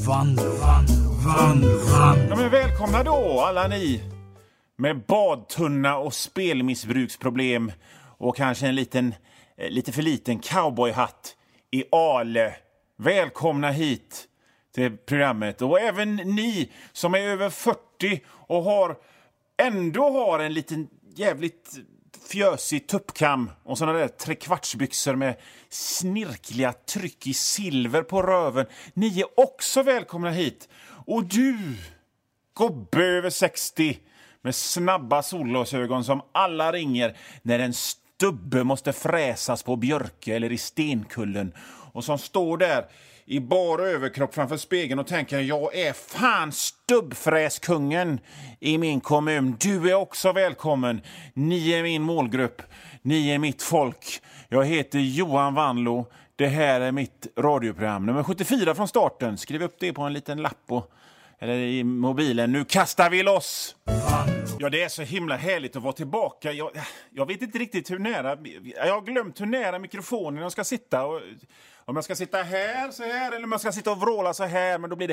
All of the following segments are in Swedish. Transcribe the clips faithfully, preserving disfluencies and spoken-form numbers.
Vanlo, Vanlo, Vanlo, Vanlo. Ja, men välkomna då alla ni med badtunna och spelmissbruksproblem och kanske en liten, lite för liten cowboyhatt i Ale. Välkomna hit till programmet. Och även ni som är över fyrtio och har ändå har en liten jävligt fjösig tuppkam och såna där trekvartsbyxor med snirkliga tryck i silver på röven. Ni är också välkomna hit. Och du, gubbe över sextio med snabba solglasögon som alla ringer när en stubbe måste fräsas på Björke eller i Stenkullen och som står där i bara överkropp framför spegeln och tänker jag är fan stubbfräskungen i min kommun. Du är också välkommen. Ni är min målgrupp. Ni är mitt folk. Jag heter Johan Vanlo. Det här är mitt radioprogram. Nummer sjuttiofyra från starten. Skriv upp det på en liten lapp och, eller i mobilen. Nu kastar vi loss! Ja, det är så himla härligt att vara tillbaka. Jag, jag vet inte riktigt hur nära... Jag har glömt hur nära mikrofonen jag ska sitta. Och, om jag ska sitta här så här eller om jag ska sitta och vråla så här. Men då blir det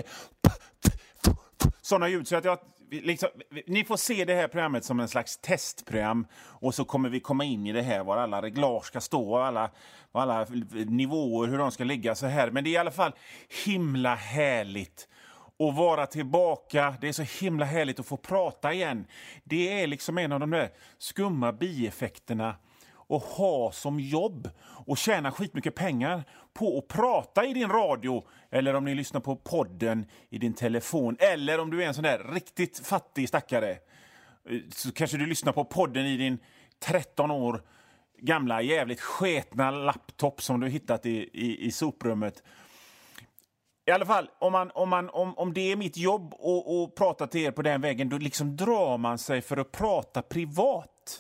sådana ljud. Så att jag, liksom, ni får se det här programmet som en slags testprogram. Och så kommer vi komma in i det här var alla reglage ska stå. Och alla, och alla nivåer, hur de ska ligga så här. Men det är i alla fall himla härligt och vara tillbaka. Det är så himla härligt att få prata igen. Det är liksom en av de där skumma bieffekterna att ha som jobb och tjäna skitmycket pengar på att prata i din radio eller om ni lyssnar på podden i din telefon eller om du är en sån där riktigt fattig stackare så kanske du lyssnar på podden i din tretton år gamla jävligt sketna laptop som du hittat i, i, i soprummet. I alla fall, om, man, om, man, om, om det är mitt jobb att prata till er på den vägen, då liksom drar man sig för att prata privat.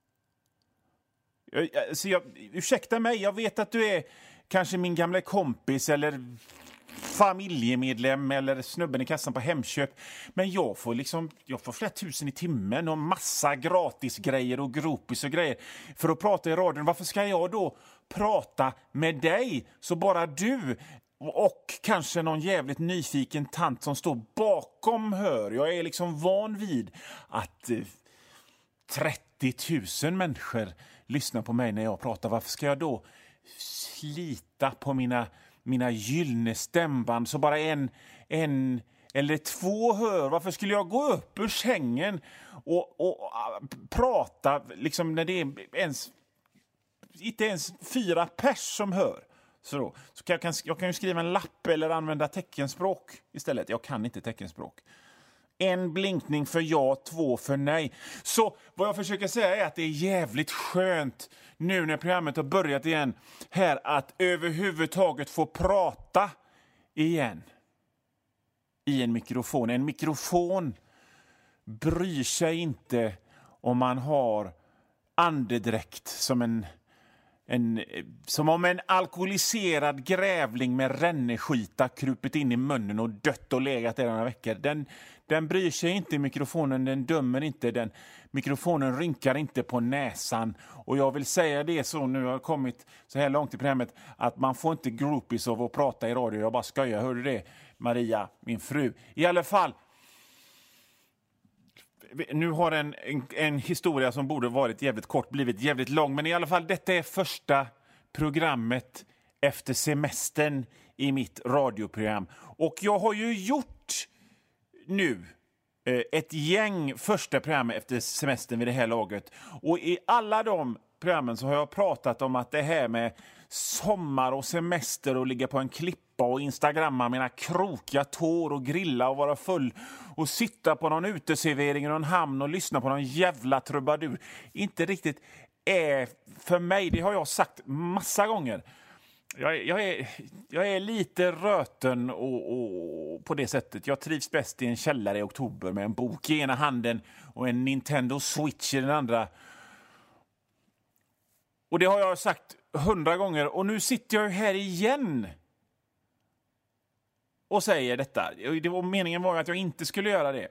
Jag, så jag, ursäkta mig, jag vet att du är kanske min gamla kompis eller familjemedlem eller snubben i kassan på Hemköp. Men jag får liksom, jag får flera tusen i timmen och massa gratis grejer och gropis och grejer för att prata i radion. Varför ska jag då prata med dig så bara du... Och kanske någon jävligt nyfiken tant som står bakom hör. Jag är liksom van vid att eh, trettio tusen människor lyssnar på mig när jag pratar. Varför ska jag då slita på mina, mina gyllene stämband så bara en, en eller två hör? Varför skulle jag gå upp ur sängen och, och, och prata liksom när det är ens, inte ens fyra pers som hör? Så, då, så kan jag, kan, jag kan ju skriva en lapp eller använda teckenspråk istället. Jag kan inte teckenspråk. En blinkning för ja, två för nej. Så vad jag försöker säga är att det är jävligt skönt nu när programmet har börjat igen här att överhuvudtaget få prata igen i en mikrofon. En mikrofon bryr sig inte om man har andedräkt som en... En, som om en alkoholiserad grävling med ränneskita krupit in i munnen och dött och legat där några veckor. Den, den bryr sig inte i mikrofonen, den dömer inte, den, mikrofonen rynkar inte på näsan. Och jag vill säga det så nu har jag kommit så här långt i programmet att man får inte groupies av att prata i radio. Jag bara skojar, hörde det Maria, min fru. I alla fall, nu har en, en, en historia som borde varit jävligt kort blivit jävligt lång. Men i alla fall, detta är första programmet efter semestern i mitt radioprogram. Och jag har ju gjort nu eh, ett gäng första program efter semestern vid det här laget. Och i alla de programmen så har jag pratat om att det här med sommar och semester och ligga på en klippa och instagramma mina krokiga tår och grilla och vara full och sitta på någon uteservering i någon hamn och lyssna på någon jävla trubadur inte riktigt är för mig. Det har jag sagt massa gånger. Jag, jag, är, jag är lite röten och, och på det sättet. Jag trivs bäst i en källare i oktober med en bok i ena handen och en Nintendo Switch i den andra. Och det har jag sagt hundra gånger. Och nu sitter jag här igen och säger detta. Det var, meningen var att jag inte skulle göra det.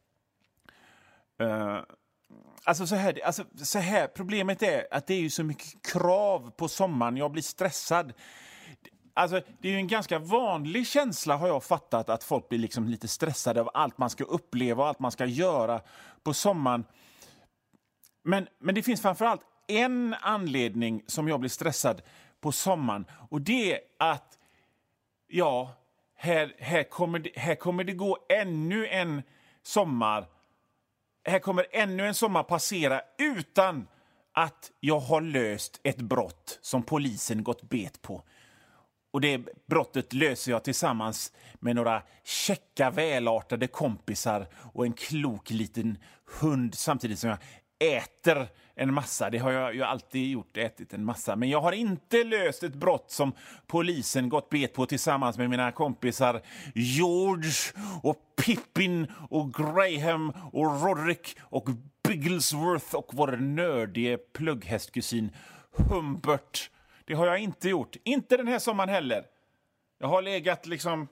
Uh, alltså, så här, alltså så här, problemet är att det är ju så mycket krav på sommaren. Jag blir stressad. alltså, det är ju en ganska vanlig känsla har jag fattat att folk blir liksom lite stressade av allt man ska uppleva och allt man ska göra på sommaren. Men, men det finns framförallt en anledning som jag blir stressad på sommaren och det är att ja, här, här, kommer det, här kommer det gå ännu en sommar. Här kommer ännu en sommar passera utan att jag har löst ett brott som polisen gått bet på. Och det brottet löser jag tillsammans med några käcka, välartade kompisar och en klok liten hund samtidigt som jag äter en massa. Det har jag ju alltid gjort, ätit en massa. Men jag har inte löst ett brott som polisen gått bet på tillsammans med mina kompisar George och Pippin och Graham och Roderick och Bigglesworth och vår nördige plugghästkusin Humbert. Det har jag inte gjort. Inte den här sommaren heller. Jag har legat liksom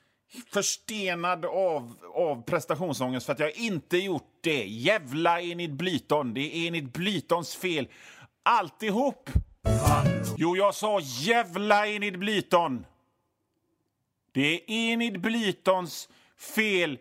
förstenad av, av prestationsångest för att jag inte gjort det. Jävla Enid Blyton. Det är Enid Blytons fel. Alltihop. Jo, jag sa jävla Enid Blyton. Det är Enid Blytons fel.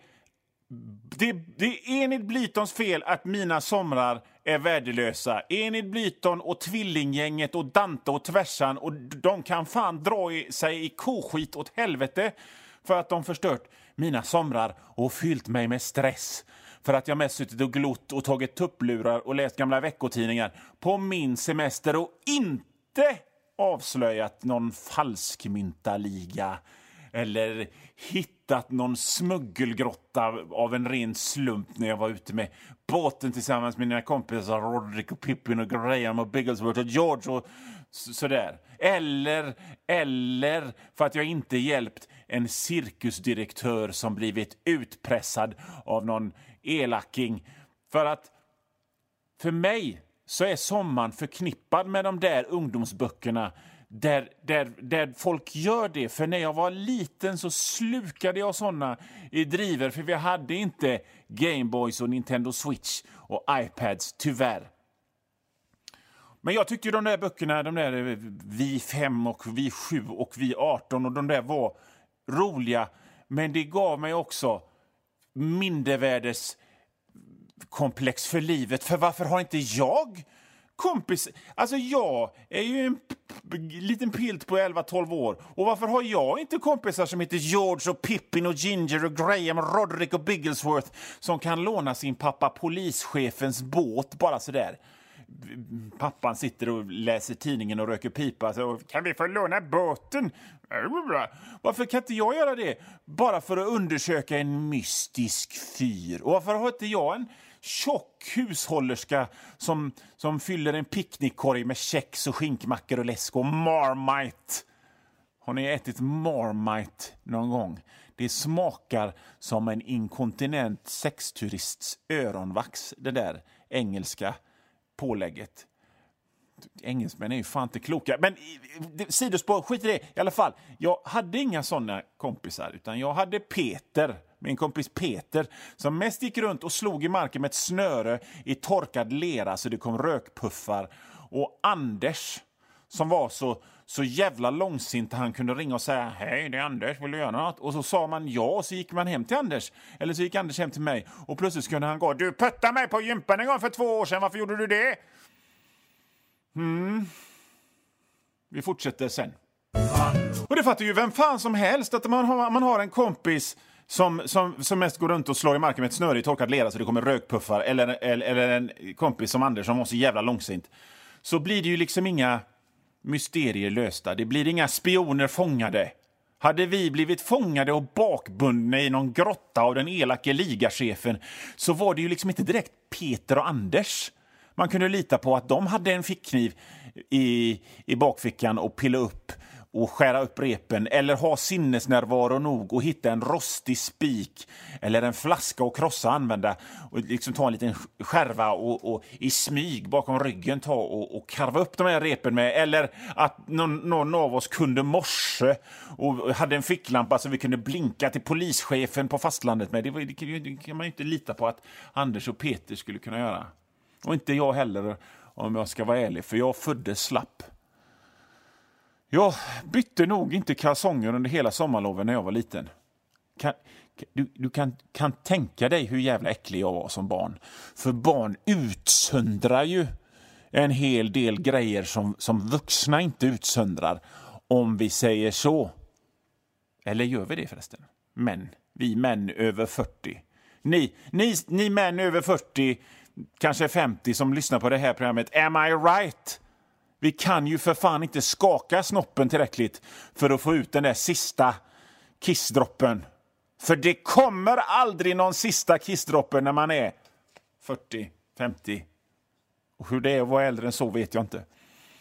Det, det är Enid Blytons fel att mina somrar är värdelösa. Enid Blyton och tvillinggänget och Dante och Tvärsan och de kan fan dra i sig i koskit åt helvete för att de förstört mina somrar och fyllt mig med stress för att jag mest suttit och glott och tagit tupplurar och läst gamla veckotidningar på min semester och inte avslöjat någon falskmyntaliga eller hittat någon smuggelgrotta av en ren slump när jag var ute med båten tillsammans med mina kompisar Roderick och Pippin och Graham och Bigglesworth och George och sådär. Eller, eller för att jag inte hjälpt en cirkusdirektör som blivit utpressad av någon elaking. För att för mig så är sommaren förknippad med de där ungdomsböckerna Där, där, där folk gör det. För när jag var liten så slukade jag såna i driver. För vi hade inte Gameboys och Nintendo Switch och iPads, tyvärr. Men jag tyckte ju de där böckerna, de där Vi fem och Vi sju och Vi arton och de där var roliga. Men det gav mig också mindervärdes komplex för livet. För varför har inte jag kompis? Alltså jag är ju en p- p- liten pilt på elva tolv år. Och varför har jag inte kompisar som heter George och Pippin och Ginger och Graham och Roderick och Bigglesworth som kan låna sin pappa polischefens båt bara sådär? Pappan sitter och läser tidningen och röker pipa. Så, kan vi få låna båten? Varför kan inte jag göra det? Bara för att undersöka en mystisk fyr. Och varför har inte jag en tjock hushållerska som, som fyller en picknickkorg med kex och skinkmackor och läsk och Marmite? Har ni ätit Marmite någon gång? Det smakar som en inkontinent sexturists öronvax, det där engelska pålägget. Engelsmän är ju fan inte kloka. Men sidospår, skit i det. I alla fall, jag hade inga såna kompisar utan jag hade Peter, min kompis Peter, som mest gick runt och slog i marken med ett snöre i torkad lera så det kom rökpuffar. Och Anders, som var så, så jävla långsint, han kunde ringa och säga hej, det är Anders, vill du göra något? Och så sa man ja och så gick man hem till Anders. Eller så gick Anders hem till mig och plötsligt kunde han gå, du pöttade mig på gympan en gång för två år sedan, varför gjorde du det? Mm. Vi fortsätter sen. Och det fattar ju vem fan som helst att man har, man har en kompis som, som, som mest går runt och slår i marken med ett snöre i torkad lera så det kommer rökpuffar, eller, eller, eller en kompis som Anders som var så jävla långsint. Så blir det ju liksom inga mysterier lösta. Det blir inga spioner fångade. Hade vi blivit fångade och bakbundna i någon grotta av den elake ligachefen så var det ju liksom inte direkt Peter och Anders. Man kunde lita på att de hade en fickkniv i, i bakfickan och pilla upp och skära upp repen eller ha sinnesnärvaro nog och hitta en rostig spik eller en flaska och krossa och använda och liksom ta en liten skärva och, och i smyg bakom ryggen ta och, och karva upp de här repen med, eller att någon, någon av oss kunde morse och hade en ficklampa så vi kunde blinka till polischefen på fastlandet med. Det, var, det kan man ju inte lita på att Anders och Peter skulle kunna göra. Och inte jag heller, om jag ska vara ärlig, för jag föddes slapp. Jag bytte nog inte kalsonger under hela sommarloven när jag var liten. Kan, du du kan, kan tänka dig hur jävla äcklig jag var som barn. För barn utsöndrar ju en hel del grejer som, som vuxna inte utsöndrar. Om vi säger så. Eller gör vi det förresten? Men, vi män över fyrtio. Ni, ni, ni män över fyrtio, kanske femtio som lyssnar på det här programmet. Am I right? Vi kan ju för fan inte skaka snoppen tillräckligt för att få ut den där sista kissdroppen. För det kommer aldrig någon sista kissdroppen när man är fyrtio, femtio. Och hur det är att vara äldre än så vet jag inte.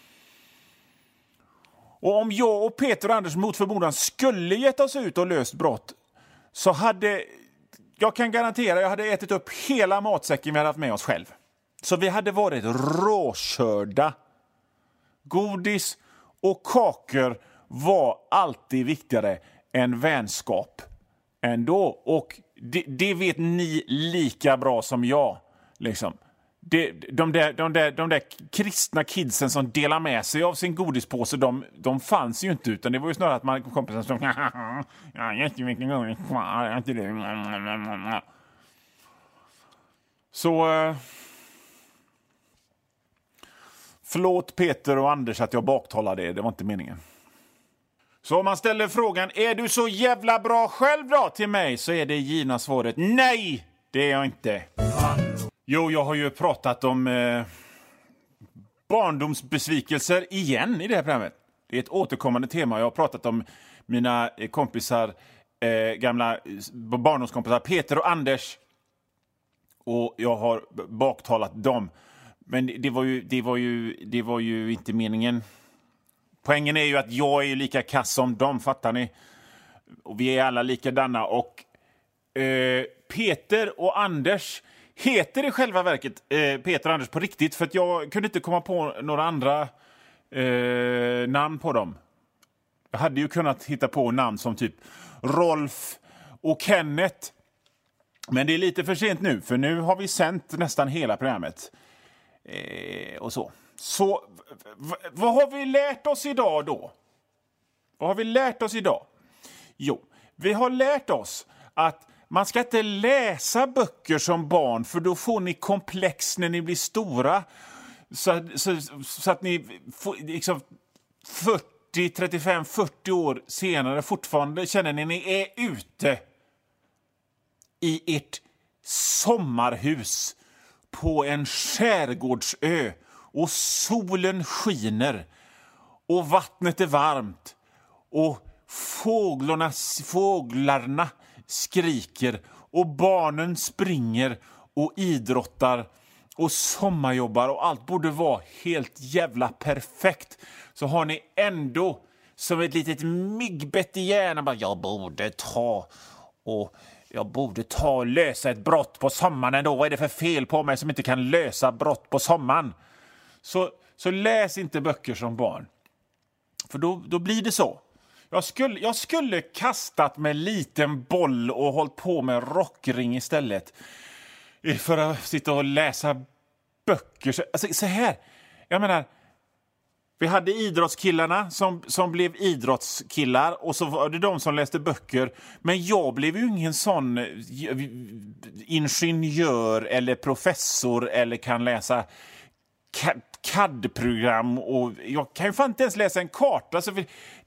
Och om jag och Peter och Anders mot förmodan skulle gett oss ut och löst brott, så hade, jag kan garantera, jag hade ätit upp hela matsäcken vi hade haft med oss själv. Så vi hade varit råkörda. Godis och kakor var alltid viktigare än vänskap ändå. Och det, det vet ni lika bra som jag. Liksom. Det, de, där, de, där, de där kristna kidsen som delar med sig av sin godispåse, de, de fanns ju inte, utan det var ju snarare att man kompisar som ja, jättemycket godis kvar, inte det. Så förlåt Peter och Anders att jag baktalar det, det var inte meningen. Så om man ställer frågan, är du så jävla bra själv då till mig, så är det givna svaret, nej, det är jag inte. Jo, jag har ju pratat om eh, barndomsbesvikelser igen i det här programmet. Det är ett återkommande tema. Jag har pratat om mina kompisar, eh, gamla barndomskompisar Peter och Anders. Och jag har baktalat dem. Men det var ju, det var ju, det var ju inte meningen. Poängen är ju att jag är ju lika kass som dem, fattar ni? Och vi är alla likadana. Och eh, Peter och Anders heter i själva verket eh, Peter och Anders på riktigt, för att jag kunde inte komma på några andra eh, namn på dem. Jag hade ju kunnat hitta på namn som typ Rolf och Kenneth. Men det är lite för sent nu, för nu har vi sänt nästan hela programmet. Eh, och så. Så v- vad har vi lärt oss idag då? Vad har vi lärt oss idag? Jo, vi har lärt oss att man ska inte läsa böcker som barn, för då får ni komplex när ni blir stora. Så, så, så att ni får, liksom fyrtio, trettiofem, fyrtio år senare fortfarande känner ni ni är ute i ert sommarhus på en skärgårdsö och solen skiner och vattnet är varmt och fåglarna, fåglarna skriker och barnen springer och idrottar och sommarjobbar och allt borde vara helt jävla perfekt. Så har ni ändå som ett litet myggbett i hjärnan bara, jag borde ta och jag borde ta och lösa ett brott på sommaren ändå. Vad är det för fel på mig som inte kan lösa brott på sommaren? Så, så läs inte böcker som barn. För då, då blir det så. Jag skulle, jag skulle kastat med liten boll och hållit på med rockring istället. För att sitta och läsa böcker. Så, alltså, så här, jag menar, vi hade idrottskillarna som, som blev idrottskillar och så var det de som läste böcker. Men jag blev ju ingen sån ingenjör eller professor eller kan läsa C A D-program. Och jag kan ju fan inte ens läsa en karta. Så det,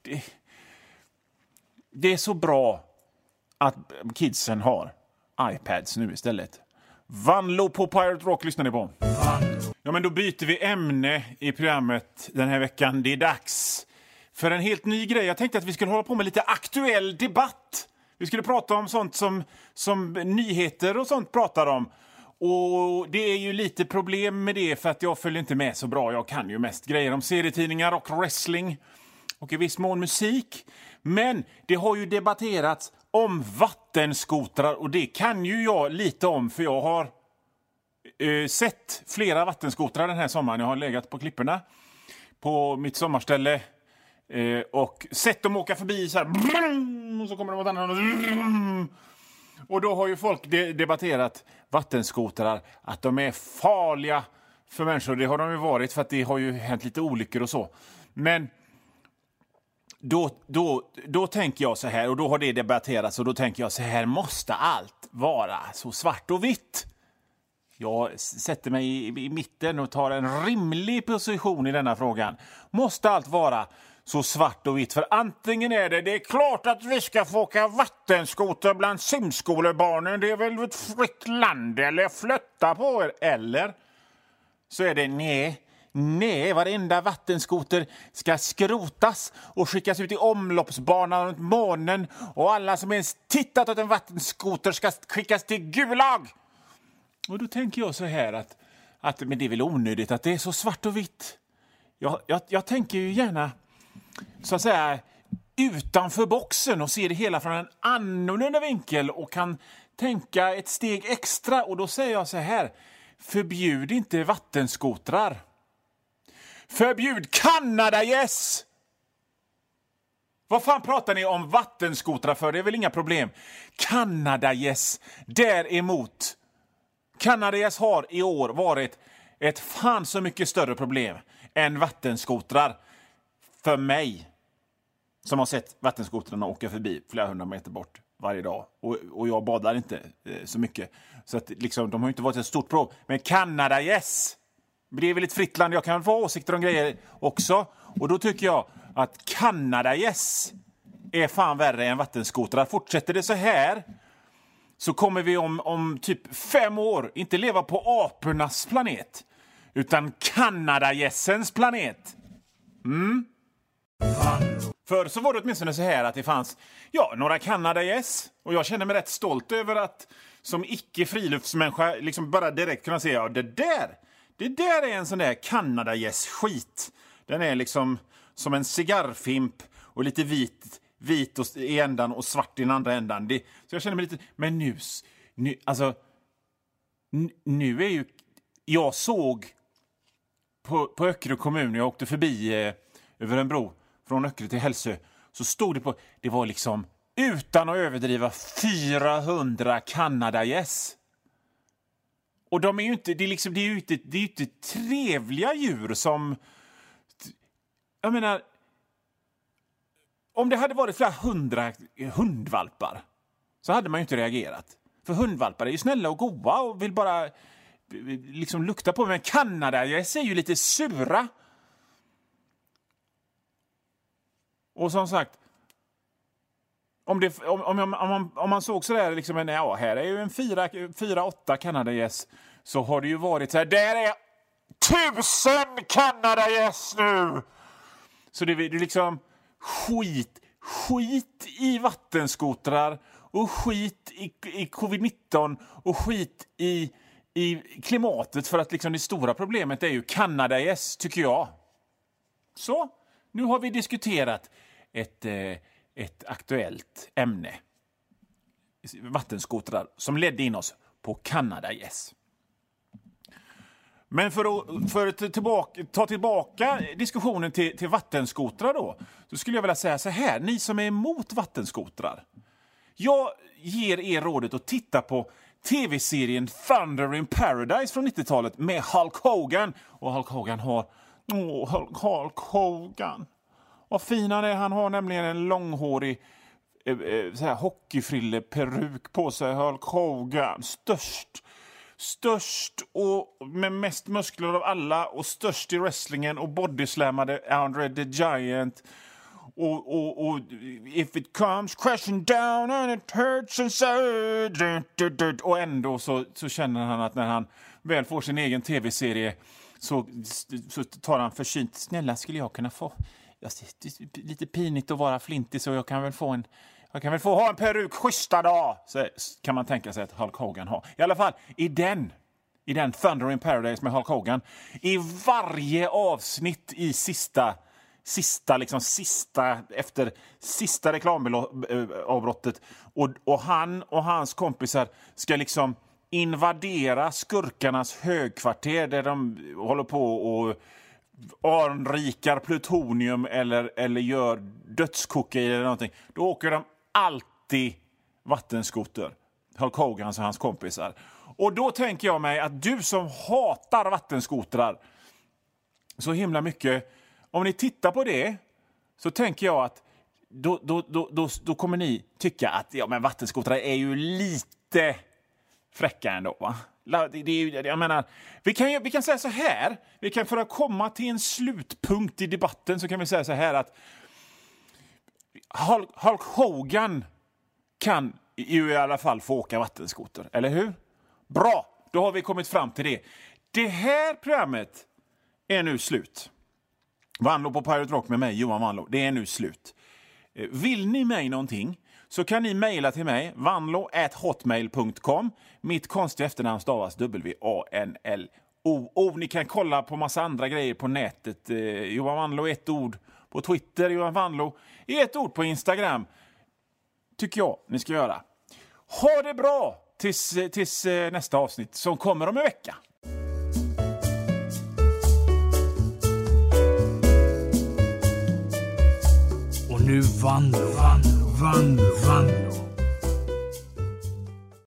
det är så bra att kidsen har iPads nu istället. Vanlo på Pirate Rock lyssnar ni på. Ja, men då byter vi ämne i programmet den här veckan. Det är dags för en helt ny grej. Jag tänkte att vi skulle hålla på med lite aktuell debatt. Vi skulle prata om sånt som, som nyheter och sånt pratar om. Och det är ju lite problem med det för att jag följer inte med så bra. Jag kan ju mest grejer om serietidningar och wrestling och i viss mån musik. Men det har ju debatterats om vattenskotrar och det kan ju jag lite om, för jag har eh, sett flera vattenskotrar den här sommaren. Jag har legat på klipporna på mitt sommarställe eh, och sett dem åka förbi så här, och så kommer de åt andra hållet. Och då har ju folk de- debatterat vattenskotrar, att de är farliga för människor. Det har de ju varit för att det har ju hänt lite olyckor och så. Men då, då, då tänker jag så här, och då har det debatterats, och då tänker jag så här, måste allt vara så svart och vitt? Jag sätter mig i, i mitten och tar en rimlig position i denna frågan. Måste allt vara så svart och vitt? För antingen är det, det är klart att vi ska få åka vattenskoter bland simskolebarnen, det är väl ett fritt land, eller flytta på er, eller så är det nej. Nej, varenda vattenskoter ska skrotas och skickas ut i omloppsbanan runt månen, och alla som ens tittat åt en vattenskoter ska skickas till Gulag. Och då tänker jag så här att, att men det är väl onödigt att det är så svart och vitt. Jag, jag, jag tänker ju gärna så att säga utanför boxen och ser det hela från en annorlunda vinkel och kan tänka ett steg extra, och då säger jag så här: förbjud inte vattenskotrar. Förbjud Kanadagäss! Vad fan pratar ni om vattenskotrar för? Det är väl inga problem. Kanadagäss däremot. Kanadagäss har i år varit ett fan så mycket större problem än vattenskotrar för mig, som har sett vattenskotrarna åka förbi flera hundra meter bort varje dag. Och, och jag badar inte eh, så mycket. Så att liksom, de har inte varit ett stort problem. Men Kanadagäss, det är väl ett fritt land, jag kan få åsikter om grejer också. Och då tycker jag att Kanadagäss är fan värre än vattenskotrar. Fortsätter det så här så kommer vi om, om typ fem år inte leva på apornas planet, utan Kanadagässens planet. Mm. För så var det åtminstone så här att det fanns ja, några Kanadagäss, och jag känner mig rätt stolt över att som icke-friluftsmänniska liksom bara direkt kunna säga ja, det där Det där är en sån där Kanadagäss-skit. Den är liksom som en cigarrfimp och lite vit, vit i ändan och svart i den andra ändan. Det, så jag känner mig lite... Men nu... nu alltså... Nu är ju... Jag såg på, på Öckerö kommun, jag åkte förbi eh, över en bro från Öckerö till Hälsö, så stod det på... Det var liksom, utan att överdriva, fyrahundra Kanadagäss. Och de är ju inte, det är liksom, det är ju inte, det är ju inte trevliga djur som, jag menar, om det hade varit flera hundra hundvalpar så hade man ju inte reagerat. För hundvalpar är ju snälla och goda och vill bara liksom lukta på. Men Kanadagäss är ju lite sura. Och som sagt, Om, det, om, om, om, man, om man såg så där liksom, en, ja, här är ju en fyra, fyra åtta Kanadagäss, så har det ju varit så här, där är tusen Kanadagäss nu. Så det, det är liksom skit, skit i vattenskotrar och skit i, i covid nitton och skit i, i klimatet, för att liksom det stora problemet är ju Kanadagäss, tycker jag. Så, nu har vi diskuterat ett... Eh, ett aktuellt ämne, vattenskotrar, som ledde in oss på Kanadagäss. Men för att, för att tillbaka, ta tillbaka diskussionen till, till vattenskotrar då, så skulle jag vilja säga så här: ni som är emot vattenskotrar, jag ger er rådet att titta på tv-serien Thunder in Paradise från nittiotalet med Hulk Hogan. Och Hulk Hogan har... Åh, Hulk, Hulk Hogan... Vad fin han är. Han har nämligen en långhårig eh, eh, så här hockeyfrille peruk på sig. Hulk Hogan. Störst. Störst och med mest muskler av alla. Och störst i wrestlingen. Och bodyslammade Andre the Giant. Och, och, och if it comes crashing down and it hurts and so... Och ändå så, så känner han att när han väl får sin egen tv-serie så, så tar han försynt. Snälla, skulle jag kunna få... Det är lite pinigt att vara flintig, så jag kan väl få en jag kan väl få ha en peruk schyssta dag, så kan man tänka sig att Hulk Hogan har. I alla fall i den i den Thunder in Paradise med Hulk Hogan, i varje avsnitt i sista sista liksom sista efter sista reklamavbrottet, och och han och hans kompisar ska liksom invadera skurkarnas högkvarter där de håller på och anrikar plutonium eller, eller gör dödskokain eller någonting. Då åker de alltid vattenskoter, Hulk Hogan och hans kompisar. Och då tänker jag mig att du som hatar vattenskotrar så himla mycket, om ni tittar på det, så tänker jag att då, då, då, då, då kommer ni tycka att ja, men vattenskotrar är ju lite fräcka ändå, va? Det, det är ju, jag menar, vi kan, vi kan säga så här, vi kan för att komma till en slutpunkt i debatten så kan vi säga så här att Hulk, Hulk Hogan kan ju i alla fall få åka vattenskoter, eller hur? Bra, då har vi kommit fram till det. Det här programmet är nu slut. Vanlo på Pirate Rock med mig, Johan Vanlo. Det är nu slut. Vill ni mig någonting så kan ni mejla till mig, vanlo at hotmail punkt com. Mitt konstiga efternamn stavas W A N L O O. Ni kan kolla på massa andra grejer på nätet. Johan Vanlo ett ord på Twitter, Johan Vanlo i ett ord på Instagram. Tycker jag ni ska göra. Ha det bra tills, tills nästa avsnitt som kommer om en vecka. Och nu Vanlo, Vanlo, Vanlo, Vanlo.